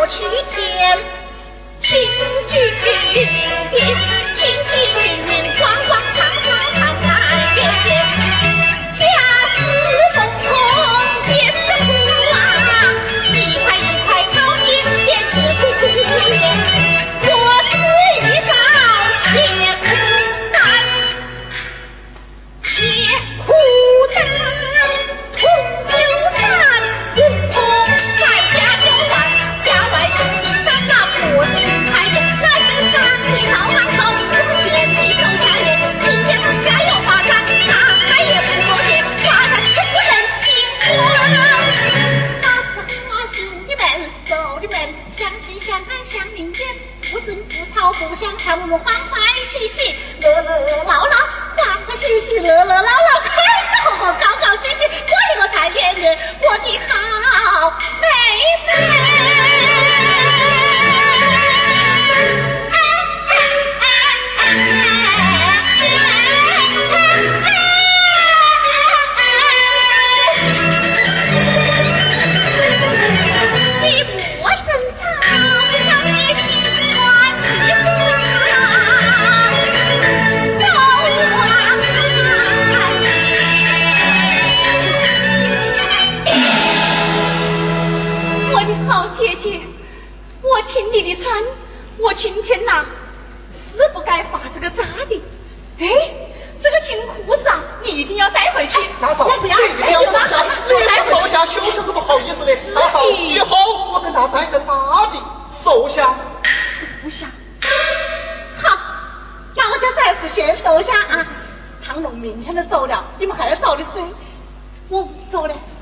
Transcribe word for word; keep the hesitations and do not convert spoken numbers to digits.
去天，听君听君光光堂堂堂来月见，家私风空变得苦啊，一块一块淘金变得苦苦甜，我是一遭铁苦担，铁苦担，痛就散，不痛在家就完，家外兄弟三那婆子心太严，那心肝你闹忙走，中间你走下眼，今天不下要发展，那他也不高兴，发展就不能听话。大兄弟们，走的们，相亲相爱相邻间，不争不讨不相看，我们欢欢喜喜，乐乐唠唠，欢欢喜喜，乐乐唠唠，快乐和高高兴兴，过一个太平日，过得好美美。你不能逃，让你心乱起风，走啊！我的好姐姐，我听你的传，我今天呐是不该发这个渣的。哎，这个金裤子啊，你一定要带回去。 大嫂， 我不要， 你一定要收下， 你你收下，羞耻是不好意思的。大嫂，以后我给他带个大的，收下。 收下。好，那我就暂时先收下啊。唐龙明天就走了，你们还要早点睡，我不走了。